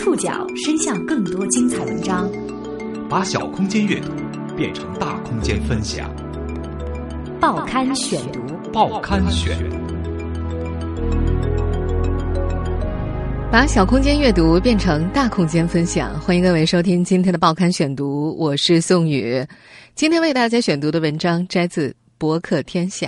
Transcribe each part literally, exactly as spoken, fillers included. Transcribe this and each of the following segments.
触角伸向更多精彩文章， 把小空间阅读变成大空间分享。 报刊选读， 报刊选， 把小空间阅读变成大空间分享。欢迎各位收听今天的报刊选读，我是宋宇。今天为大家选读的文章摘自博客天下。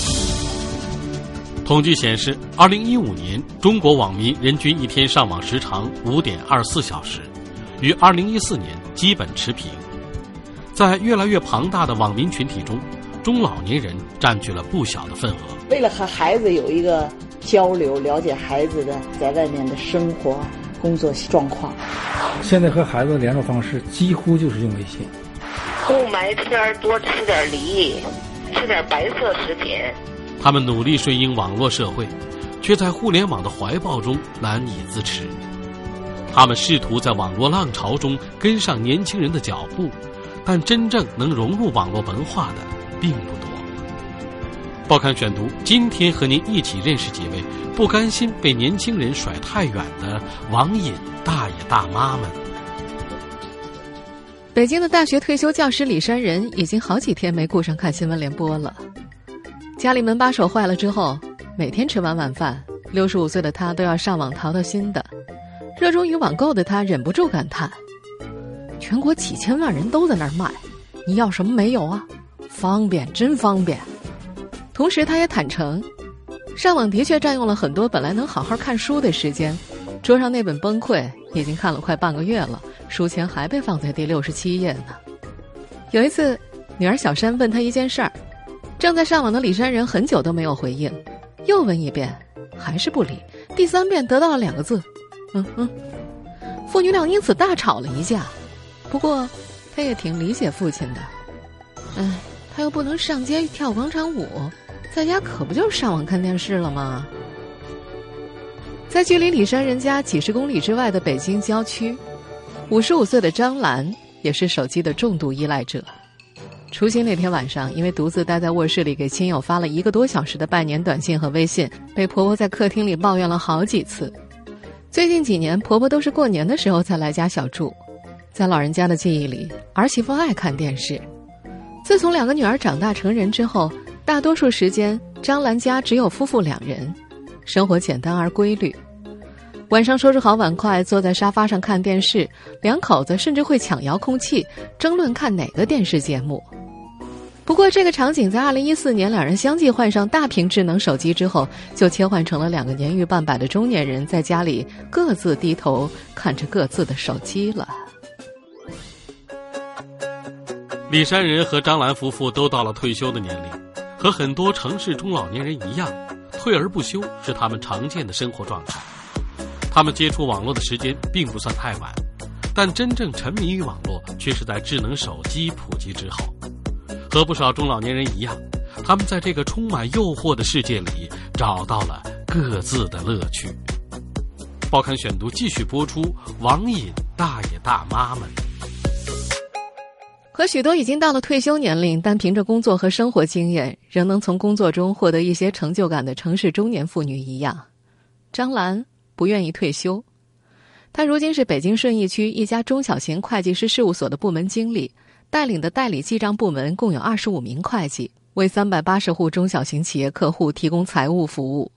统计显示，二零一五年中国网民人均一天上网时长 五点二四小时，与二零一四年基本持平。在越来越庞大的网民群体中，中老年人占据了不小的份额。 为了和孩子有一个交流，了解孩子的在外面的生活工作状况， 现在和孩子的联络方式几乎就是用微信。 雾霾天多吃点梨，吃点白色食品。 他们努力顺应网络社会，却在互联网的怀抱中难以自持。他们试图在网络浪潮中跟上年轻人的脚步，但真正能融入网络文化的并不多。报刊选读，今天和您一起认识几位不甘心被年轻人甩太远的网瘾大爷大妈们。 北京的大学退休教师李山人已经好几天没顾上看新闻联播了。家里门把手坏了之后，每天吃完晚饭，六十五岁的他都要上网淘淘新的。热衷于网购的他忍不住感叹：全国几千万人都在那儿卖，你要什么没有啊？方便，真方便。同时他也坦诚，上网的确占用了很多本来能好好看书的时间，桌上那本《崩溃》已经看了快半个月了，书签还被放在第六十七页呢。有一次，女儿小山问他一件事儿，正在上网的李山人很久都没有回应，又问一遍，还是不理，第三遍得到了两个字：嗯嗯。父女俩因此大吵了一架。不过，他也挺理解父亲的。哎，他又不能上街跳广场舞，在家可不就是上网看电视了吗？在距离李山人家几十公里之外的北京郊区，五十五岁的张兰也是手机的重度依赖者。除夕那天晚上，因为独自待在卧室里给亲友发了一个多小时的拜年短信和微信，被婆婆在客厅里抱怨了好几次。最近几年，婆婆都是过年的时候才来家小住。在老人家的记忆里，儿媳妇爱看电视。自从两个女儿长大成人之后，大多数时间张兰家只有夫妇两人，生活简单而规律。晚上收拾好碗筷，坐在沙发上看电视，两口子甚至会抢遥控器，争论看哪个电视节目。不过这个场景在二零一四年两人相继换上大屏智能手机之后，就切换成了两个年逾半百的中年人在家里各自低头看着各自的手机了。 李山人和张兰夫妇都到了退休的年龄，和很多城市中老年人一样，退而不休是他们常见的生活状态。他们接触网络的时间并不算太晚，但真正沉迷于网络却是在智能手机普及之后。和不少中老年人一样，他们在这个充满诱惑的世界里找到了各自的乐趣。报刊选读继续播出网瘾大爷大妈们。 和许多已经到了退休年龄，但凭着工作和生活经验仍能从工作中获得一些成就感的城市中年妇女一样，张兰不愿意退休。她如今是北京顺义区一家中小型会计师事务所的部门经理，带领的代理记账部门共有二十五名会计，为三百八十户中小型企业客户提供财务服务。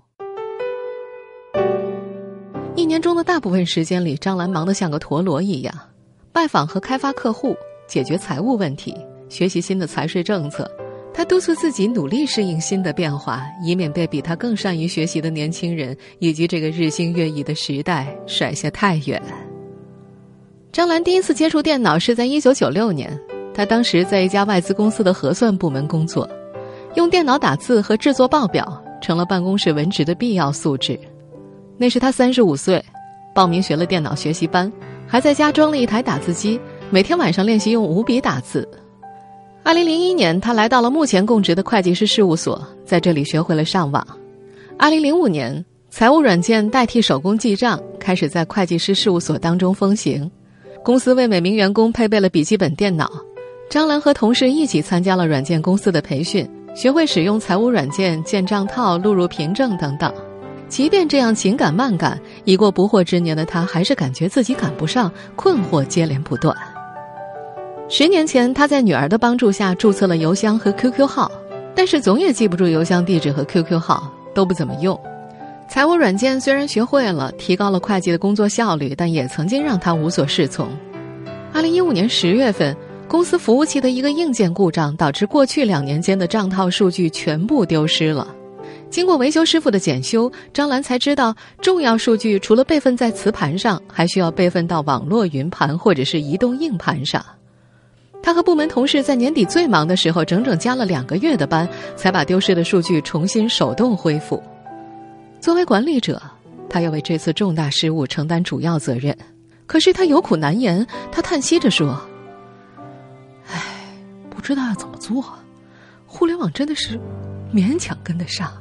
一年中的大部分时间里，张兰忙得像个陀螺一样，拜访和开发客户，解决财务问题，学习新的财税政策。他督促自己努力适应新的变化，以免被比他更善于学习的年轻人以及这个日新月异的时代甩下太远。张兰第一次接触电脑是在一九九六年，她当时在一家外资公司的核算部门工作，用电脑打字和制作报表成了办公室文职的必要素质。那时她三十五岁，报名学了电脑学习班，还在家装了一台打字机，每天晚上练习用五笔打字。二零零一年，他来到了目前供职的会计师事务所，在这里学会了上网。二零零五年，财务软件代替手工记账，开始在会计师事务所当中风行。公司为每名员工配备了笔记本电脑，张兰和同事一起参加了软件公司的培训，学会使用财务软件、建账套、录入凭证等等。即便这样紧赶慢赶， 已过不惑之年的他还是感觉自己赶不上，困惑接连不断。十年前，他在女儿的帮助下注册了邮箱和 Q Q 号，但是总也记不住邮箱地址和 Q Q 号，都不怎么用。财务软件虽然学会了，提高了会计的工作效率，但也曾经让他无所适从。二零一五年十月份，公司服务器的一个硬件故障，导致过去两年间的账套数据全部丢失了。经过维修师傅的检修，张兰才知道，重要数据除了备份在磁盘上，还需要备份到网络云盘或者是移动硬盘上。他和部门同事在年底最忙的时候，整整加了两个月的班，才把丢失的数据重新手动恢复。作为管理者，他要为这次重大失误承担主要责任。可是他有苦难言，他叹息着说：唉，不知道要怎么做，互联网真的是勉强跟得上。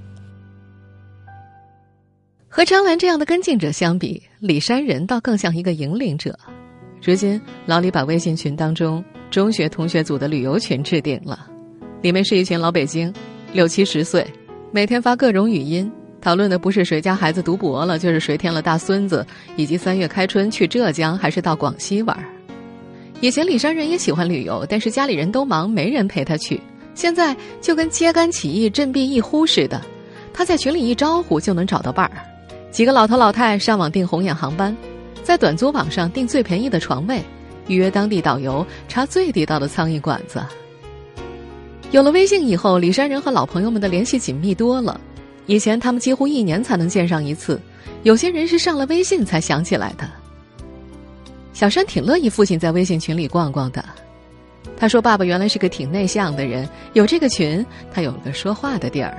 和张兰这样的跟进者相比，李山人倒更像一个引领者。如今老李把微信群当中中学同学组的旅游群置顶了，里面是一群老北京，六七十岁，每天发各种语音，讨论的不是谁家孩子读博了，就是谁添了大孙子，以及三月开春去浙江还是到广西玩。以前李山人也喜欢旅游，但是家里人都忙，没人陪他去。现在就跟揭竿起义振臂一呼似的，他在群里一招呼就能找到伴儿。几个老头老太上网订红眼航班，在短租网上订最便宜的床位，预约当地导游，查最地道的苍蝇馆子。有了微信以后，李山人和老朋友们的联系紧密多了。以前他们几乎一年才能见上一次，有些人是上了微信才想起来的。小山挺乐意父亲在微信群里逛逛的，他说爸爸原来是个挺内向的人，有这个群，他有了个说话的地儿。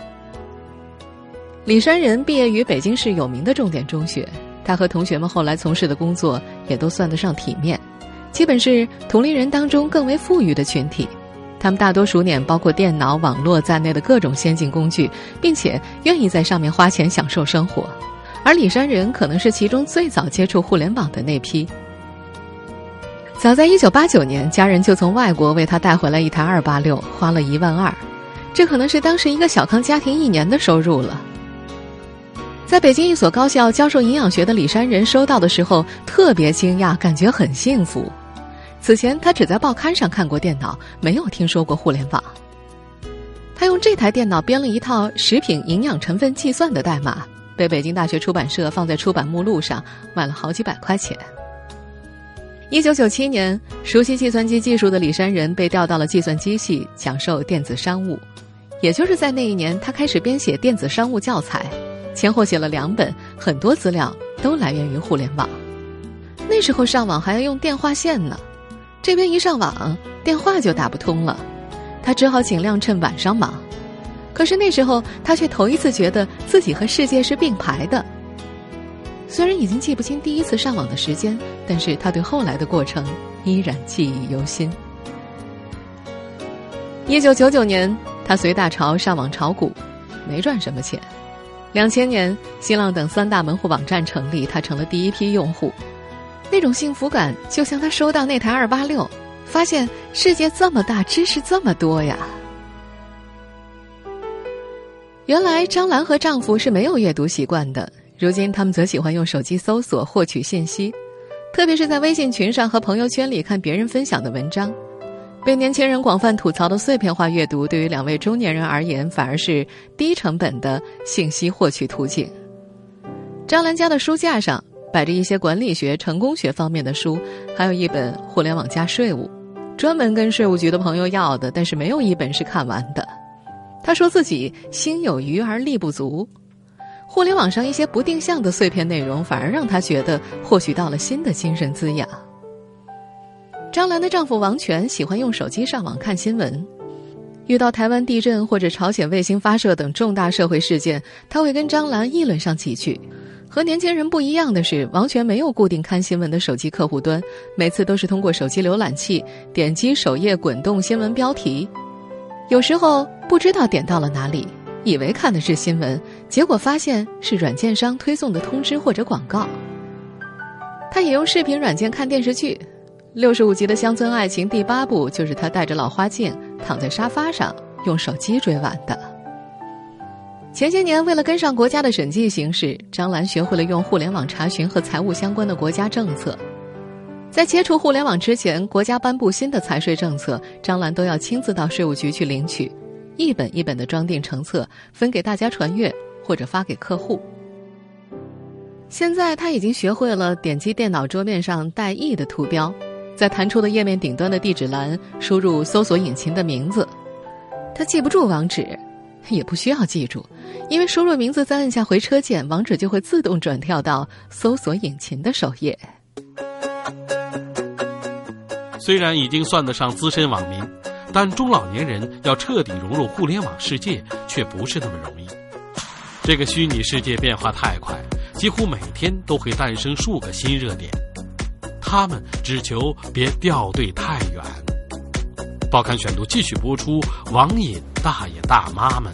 李山人毕业于北京市有名的重点中学，他和同学们后来从事的工作也都算得上体面，基本是同龄人当中更为富裕的群体。他们大多熟稔包括电脑、网络在内的各种先进工具，并且愿意在上面花钱享受生活。而李山人可能是其中最早接触互联网的那批。早在一九八九年，家人就从外国为他带回来一台二八六，花了一万二，这可能是当时一个小康家庭一年的收入了。在北京一所高校教授营养学的李山人收到的时候特别惊讶，感觉很幸福。此前他只在报刊上看过电脑，没有听说过互联网。他用这台电脑编了一套食品营养成分计算的代码，被北京大学出版社放在出版目录上，卖了好几百块钱。一九九七年，熟悉计算机技术的李山人被调到了计算机系，讲授电子商务。也就是在那一年，他开始编写电子商务教材，前后写了两本，很多资料都来源于互联网。那时候上网还要用电话线呢，这边一上网，电话就打不通了，他只好尽量趁晚上忙。可是那时候他却头一次觉得自己和世界是并排的。虽然已经记不清第一次上网的时间，但是他对后来的过程依然记忆犹新。一九九九年，他随大潮上网炒股，没赚什么钱。两千年，新浪等三大门户网站成立，他成了第一批用户。那种幸福感就像他收到那台二八六，发现世界这么大，知识这么多呀。原来张兰和丈夫是没有阅读习惯的，如今他们则喜欢用手机搜索获取信息，特别是在微信群上和朋友圈里看别人分享的文章。被年轻人广泛吐槽的碎片化阅读，对于两位中年人而言反而是低成本的信息获取途径。张兰家的书架上摆着一些管理学、成功学方面的书，还有一本《互联网加税务》，专门跟税务局的朋友要的，但是没有一本是看完的。他说自己心有余而力不足，互联网上一些不定向的碎片内容，反而让他觉得获取到了新的精神滋养。张兰的丈夫王权喜欢用手机上网看新闻，遇到台湾地震或者朝鲜卫星发射等重大社会事件，他会跟张兰议论上几句。和年轻人不一样的是，王权没有固定看新闻的手机客户端，每次都是通过手机浏览器点击首页滚动新闻标题，有时候不知道点到了哪里，以为看的是新闻，结果发现是软件商推送的通知或者广告。他也用视频软件看电视剧，六十五集的《乡村爱情》第八部就是他戴着老花镜躺在沙发上用手机追完的。 前些年为了跟上国家的审计形势，张兰学会了用互联网查询和财务相关的国家政策。在接触互联网之前，国家颁布新的财税政策，张兰都要亲自到税务局去领取，一本一本的装订成册，分给大家传阅或者发给客户。现在他已经学会了点击电脑桌面上带 E 的图标，在弹出的页面顶端的地址栏输入搜索引擎的名字。他记不住网址，也不需要记住，因为输入名字再按下回车键，网址就会自动转跳到搜索引擎的首页。 虽然已经算得上资深网民，但中老年人要彻底融入互联网世界却不是那么容易。这个虚拟世界变化太快，几乎每天都会诞生数个新热点，他们只求别掉队太远。报刊选读继续播出，网瘾大爷大妈们。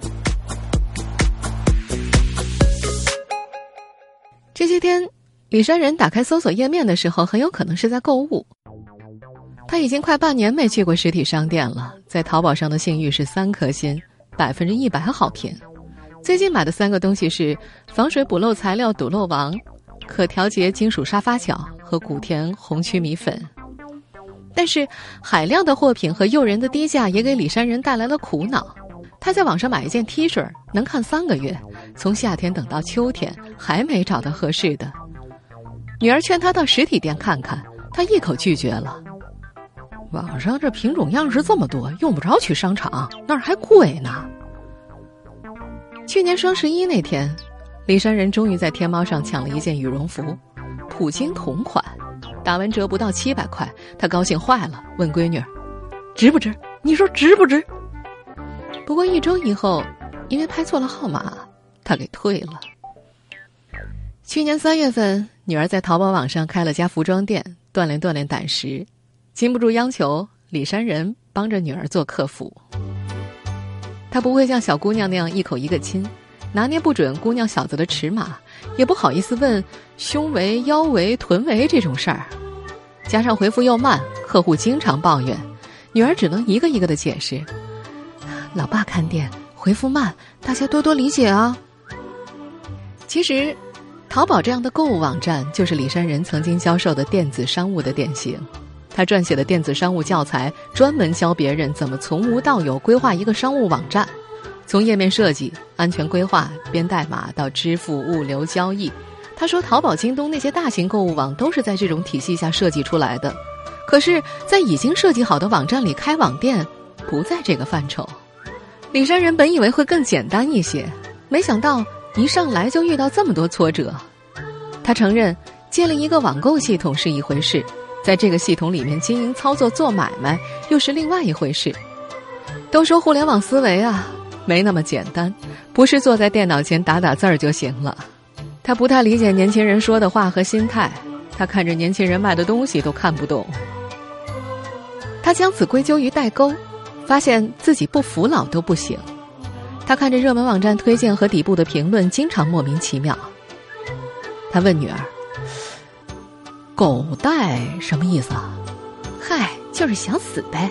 这些天李山人打开搜索页面的时候，很有可能是在购物。他已经快半年没去过实体商店了，在淘宝上的信誉是三颗星，百分之一百好评。最近买的三个东西是防水补漏材料堵漏王、可调节金属沙发角和谷田红曲米粉。但是海量的货品和诱人的低价也给李山人带来了苦恼。他在网上买一件 T 恤能看三个月，从夏天等到秋天还没找到合适的。女儿劝他到实体店看看，他一口拒绝了。网上这品种样式这么多，用不着去商场，那儿还贵呢。去年双十一那天，李山人终于在天猫上抢了一件羽绒服，普京同款，打完折不到七百块，他高兴坏了，问闺女值不值？你说值不值？不过一周以后，因为拍错了号码，他给退了。去年三月份，女儿在淘宝网上开了家服装店，锻炼锻炼胆识，禁不住央求李山人帮着女儿做客服。他不会像小姑娘那样一口一个亲，拿捏不准姑娘小子的尺码，也不好意思问胸围、腰围、臀围这种事儿。加上回复又慢，客户经常抱怨，女儿只能一个一个的解释。老爸看店回复慢，大家多多理解啊。其实淘宝这样的购物网站就是李山人曾经教授的电子商务的典型。他撰写的电子商务教材专门教别人怎么从无到有规划一个商务网站，从页面设计、安全规划、编代码到支付、物流、交易。他说淘宝、京东那些大型购物网都是在这种体系下设计出来的，可是在已经设计好的网站里开网店不在这个范畴。李山人本以为会更简单一些，没想到一上来就遇到这么多挫折。他承认建立一个网购系统是一回事，在这个系统里面经营操作做买卖又是另外一回事。都说互联网思维啊，没那么简单，不是坐在电脑前打打字儿就行了。他不太理解年轻人说的话和心态，他看着年轻人卖的东西都看不懂。他将此归咎于代沟，发现自己不服老都不行。他看着热门网站推荐和底部的评论，经常莫名其妙。他问女儿，狗带什么意思啊？嗨，就是想死呗。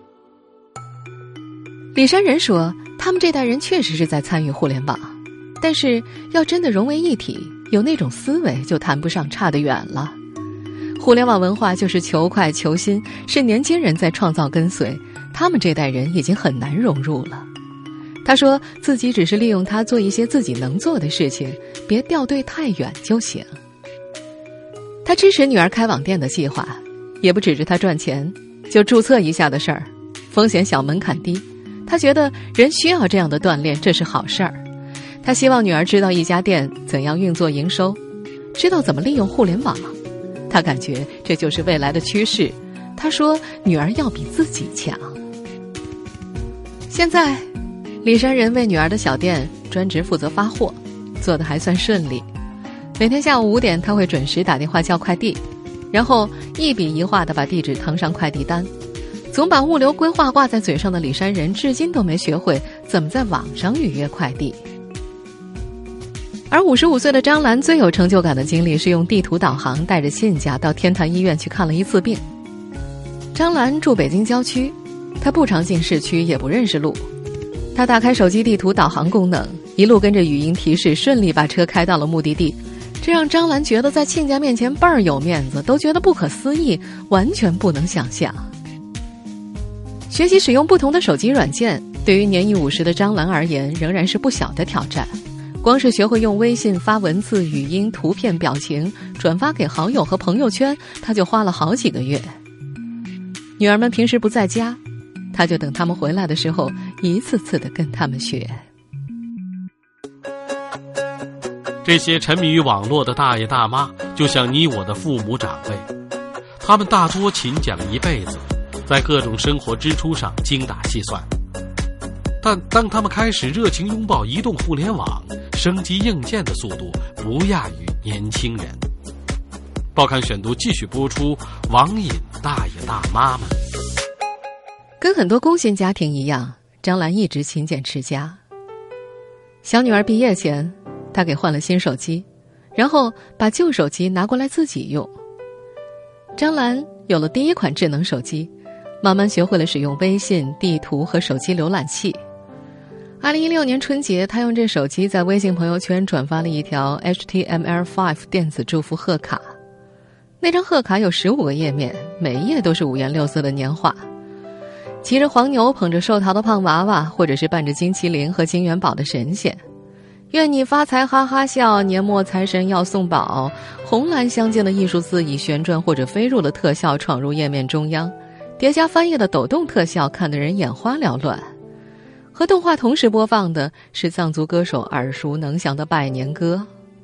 李山人说，他们这代人确实是在参与互联网，但是要真的融为一体，有那种思维就谈不上，差得远了。互联网文化就是求快求新，是年轻人在创造跟随，他们这代人已经很难融入了。他说自己只是利用它做一些自己能做的事情，别掉队太远就行。他支持女儿开网店的计划，也不指着她赚钱，就注册一下的事儿，风险小，门槛低。他觉得人需要这样的锻炼，这是好事儿。他希望女儿知道一家店怎样运作营收，知道怎么利用互联网。他感觉这就是未来的趋势。他说女儿要比自己强。现在李山人为女儿的小店专职负责发货，做得还算顺利。每天下午五点，他会准时打电话叫快递，然后一笔一画地把地址誊上快递单。总把物流规划挂在嘴上的李山人，至今都没学会怎么在网上预约快递。而五十五岁的张兰最有成就感的经历是用地图导航带着亲家到天坛医院去看了一次病。张兰住北京郊区，她不常进市区，也不认识路。 他打开手机地图导航功能，一路跟着语音提示顺利把车开到了目的地，这让张兰觉得在亲家面前倍儿有面子，都觉得不可思议，完全不能想象。学习使用不同的手机软件，对于年逾五十的张兰而言仍然是不小的挑战。光是学会用微信发文字、语音、图片、表情转发给好友和朋友圈，他就花了好几个月。女儿们平时不在家，他就等他们回来的时候一次次地跟他们学。 这些沉迷于网络的大爷大妈就像你我的父母长辈，他们大多勤俭了一辈子，在各种生活支出上精打细算，但当他们开始热情拥抱移动互联网，升级硬件的速度不亚于年轻人。报刊选读继续播出，网瘾大爷大妈们。 跟很多工薪家庭一样，张兰一直勤俭持家。小女儿毕业前，她给换了新手机，然后把旧手机拿过来自己用。张兰有了第一款智能手机，慢慢学会了使用微信、地图和手机浏览器。二零一六年春节，她用这手机在微信朋友圈转发了一条 H T M L 五 电子祝福贺卡。那张贺卡有十五个页面，每一页都是五颜六色的年画。骑着黄牛捧着寿桃的胖娃娃，或者是伴着金麒麟和金元宝的神仙。愿你发财哈哈笑，年末财神要送宝。红蓝相间的艺术字以旋转或者飞入的特效闯入页面中央，叠加翻页的抖动特效看得人眼花缭乱。和动画同时播放的是藏族歌手耳熟能详的拜年歌。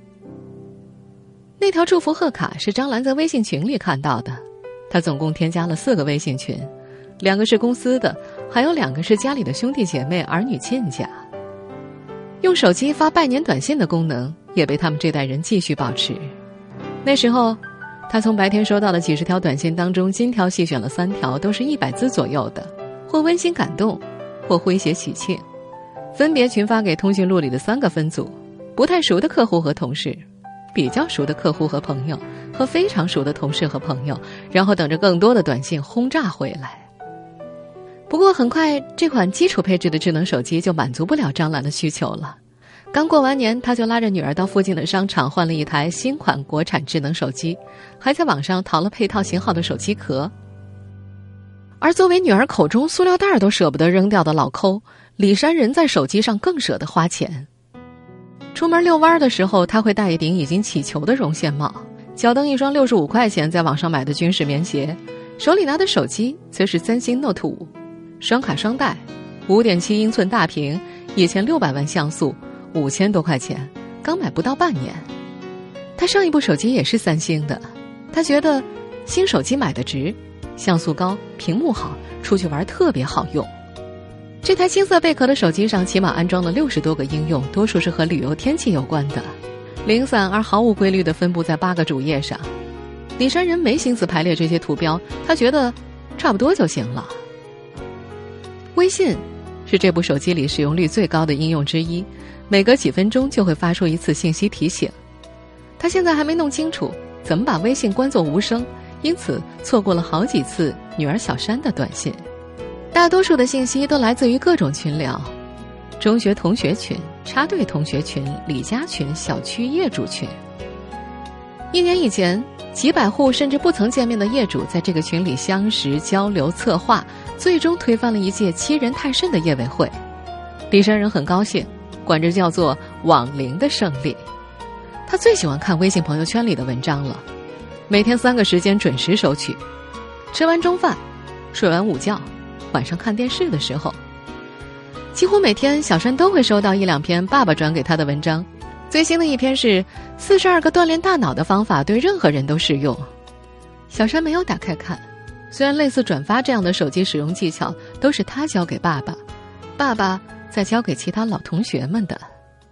那条祝福贺卡是张兰在微信群里看到的，她总共添加了四个微信群，两个是公司的，还有两个是家里的兄弟姐妹、儿女亲家。用手机发拜年短信的功能也被他们这代人继续保持。那时候，他从白天收到的几十条短信当中精挑细选了三条，都是一百字左右的，或温馨感动，或诙谐喜庆，分别群发给通讯录里的三个分组：不太熟的客户和同事，比较熟的客户和朋友，和非常熟的同事和朋友，然后等着更多的短信轰炸回来。不过很快，这款基础配置的智能手机就满足不了张兰的需求了。刚过完年，他就拉着女儿到附近的商场换了一台新款国产智能手机，还在网上淘了配套型号的手机壳。而作为女儿口中塑料袋都舍不得扔掉的老抠，李山人在手机上更舍得花钱。出门遛弯的时候，他会戴一顶已经起球的绒线帽，脚蹬一双六十五块钱在网上买的军事棉鞋，手里拿的手机则是三星 Note 五，双卡双待， 五点七英寸大屏，以前六百万像素，五千多块钱，刚买不到半年。他上一部手机也是三星的，他觉得新手机买的值，像素高，屏幕好，出去玩特别好用。这台青色贝壳的手机上起码安装了六十多个应用，多数是和旅游天气有关的，零散而毫无规律地分布在八个主页上。李山人没心思排列这些图标，他觉得差不多就行了。微信是这部手机里使用率最高的应用之一，每隔几分钟就会发出一次信息提醒。他现在还没弄清楚怎么把微信关作无声，因此错过了好几次女儿小珊的短信。大多数的信息都来自于各种群聊，中学同学群、插队同学群、李家群、小区业主群。一年以前，几百户甚至不曾见面的业主在这个群里相识、交流、策划，最终推翻了一届欺人太甚的业委会。李山人很高兴，管这叫做网龄的胜利。他最喜欢看微信朋友圈里的文章了，每天三个时间准时收取，吃完中饭，睡完午觉，晚上看电视的时候。几乎每天小山都会收到一两篇爸爸转给他的文章，最新的一篇是四十二个锻炼大脑的方法，对任何人都适用。小山没有打开看，虽然类似转发这样的手机使用技巧都是他教给爸爸，爸爸再教给其他老同学们的。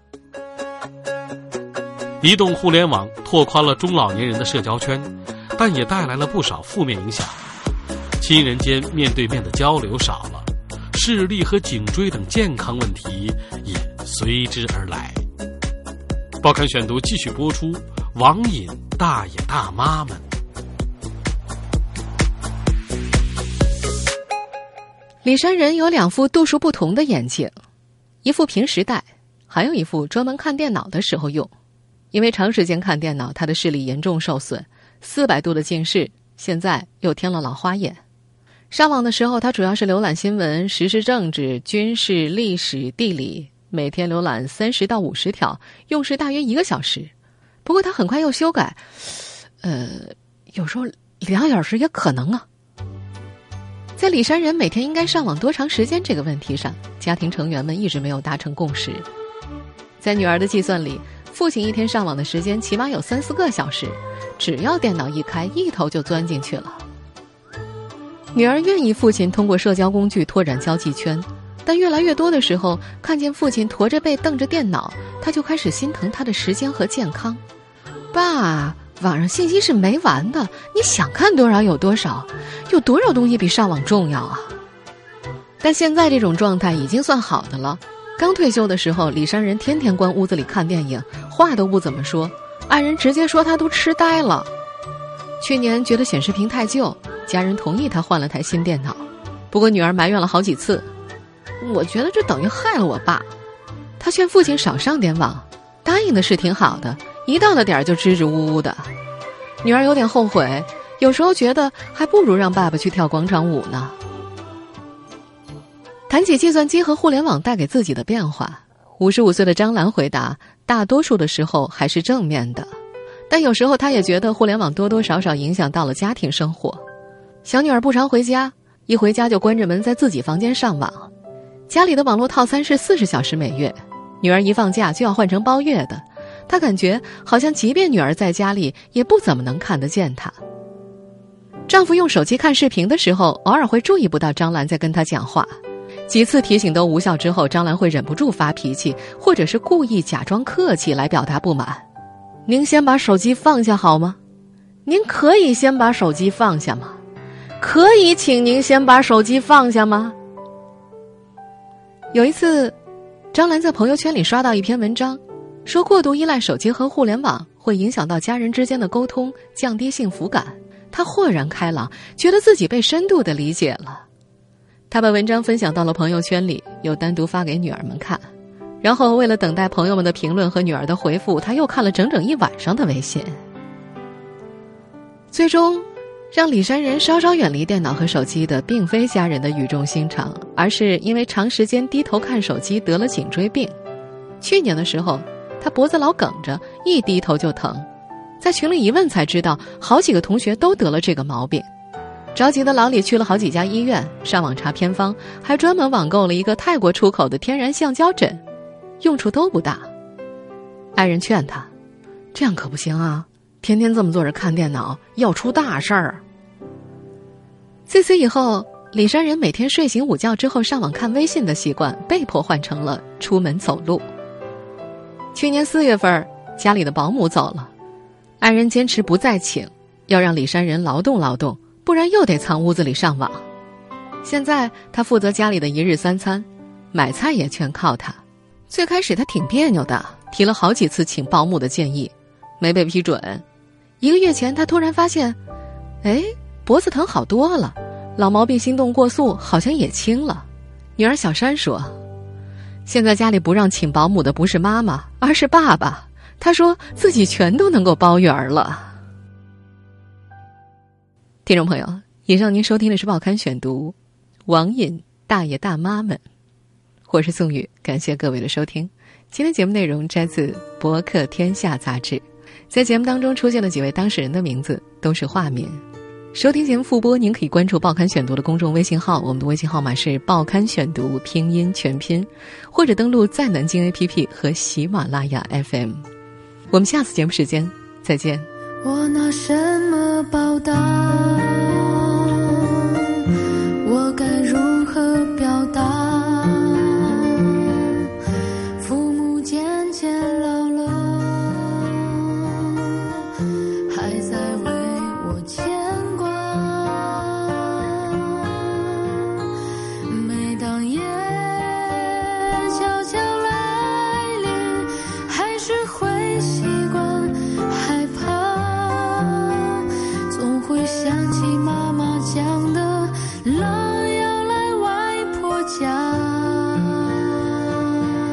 移动互联网拓宽了中老年人的社交圈，但也带来了不少负面影响。亲人间面对面的交流少了，视力和颈椎等健康问题也随之而来。报刊选读继续播出，网瘾大爷大妈们。 李山人有两副度数不同的眼睛， 一副平时戴，还有一副专门看电脑的时候用。因为长时间看电脑，他的视力严重受损，四百度的近视，现在又添了老花眼。上网的时候，他主要是浏览新闻、时事政治、军事、历史、地理，每天浏览三十到五十条，用时大约一个小时。不过他很快又修改，呃，有时候两小时也可能啊。在李山人每天应该上网多长时间这个问题上，家庭成员们一直没有达成共识。在女儿的计算里，父亲一天上网的时间起码有三四个小时，只要电脑一开，一头就钻进去了。女儿愿意父亲通过社交工具拓展交际圈，但越来越多的时候，看见父亲驼着背瞪着电脑，她就开始心疼他的时间和健康。爸，网上信息是没完的，你想看多少有多少，有多少东西比上网重要啊？但现在这种状态已经算好的了。刚退休的时候，李山人天天关屋子里看电影，话都不怎么说，爱人直接说他都痴呆了。去年觉得显示屏太旧，家人同意他换了台新电脑，不过女儿埋怨了好几次，我觉得这等于害了我爸。他劝父亲少上点网，答应的是挺好的，一到了点儿就支支吾吾的。女儿有点后悔，有时候觉得还不如让爸爸去跳广场舞呢。谈起计算机和互联网带给自己的变化，五十五岁的张兰回答，大多数的时候还是正面的，但有时候她也觉得互联网多多少少影响到了家庭生活。小女儿不常回家，一回家就关着门在自己房间上网，家里的网络套餐是四十小时每月，女儿一放假就要换成包月的，她感觉好像即便女儿在家里也不怎么能看得见她。丈夫用手机看视频的时候，偶尔会注意不到张兰在跟他讲话，几次提醒都无效之后，张兰会忍不住发脾气，或者是故意假装客气来表达不满。您先把手机放下好吗？您可以先把手机放下吗？可以请您先把手机放下吗？有一次，张兰在朋友圈里刷到一篇文章，说过度依赖手机和互联网会影响到家人之间的沟通，降低幸福感。她豁然开朗，觉得自己被深度地理解了。他把文章分享到了朋友圈里，又单独发给女儿们看，然后为了等待朋友们的评论和女儿的回复，他又看了整整一晚上的微信。最终让李山人稍稍远离电脑和手机的并非家人的语重心长，而是因为长时间低头看手机得了颈椎病。去年的时候，他脖子老梗着，一低头就疼，在群里一问才知道，好几个同学都得了这个毛病。着急的老李去了好几家医院，上网查偏方，还专门网购了一个泰国出口的天然橡胶枕，用处都不大。爱人劝他，这样可不行啊，天天这么坐着看电脑，要出大事儿。自此以后，李山人每天睡醒午觉之后上网看微信的习惯被迫换成了出门走路。去年四月份，家里的保姆走了，爱人坚持不再请，要让李山人劳动劳动，不然又得藏屋子里上网。现在他负责家里的一日三餐，买菜也全靠他。最开始他挺别扭的，提了好几次请保姆的建议，没被批准。一个月前他突然发现，哎，脖子疼好多了，老毛病心动过速好像也轻了。女儿小珊说，现在家里不让请保姆的不是妈妈，而是爸爸，他说自己全都能够包圆了。听众朋友，以上您收听的是报刊选读，网瘾大爷大妈们，我是宋宇，感谢各位的收听。今天节目内容摘自博客天下杂志，在节目当中出现了几位当事人的名字，都是化名。收听节目复播，您可以关注报刊选读的公众微信号，我们的微信号码是报刊选读拼音全拼，或者登录在南京 A P P 和喜马拉雅 F M。 我们下次节目时间再见。 我拿什么报答？我该如何表达？父母渐渐老了，还在为我牵挂。每当夜悄悄来临，还是会习惯害怕，总会想起妈妈讲的狼要来外婆家。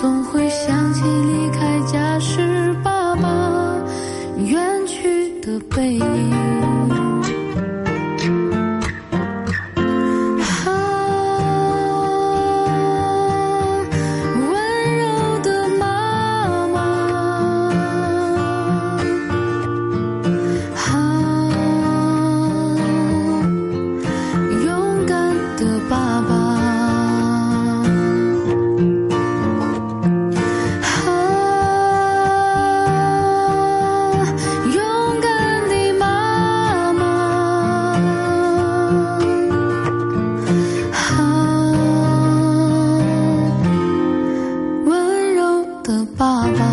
总会想起离开家时爸爸远去的背影。爸爸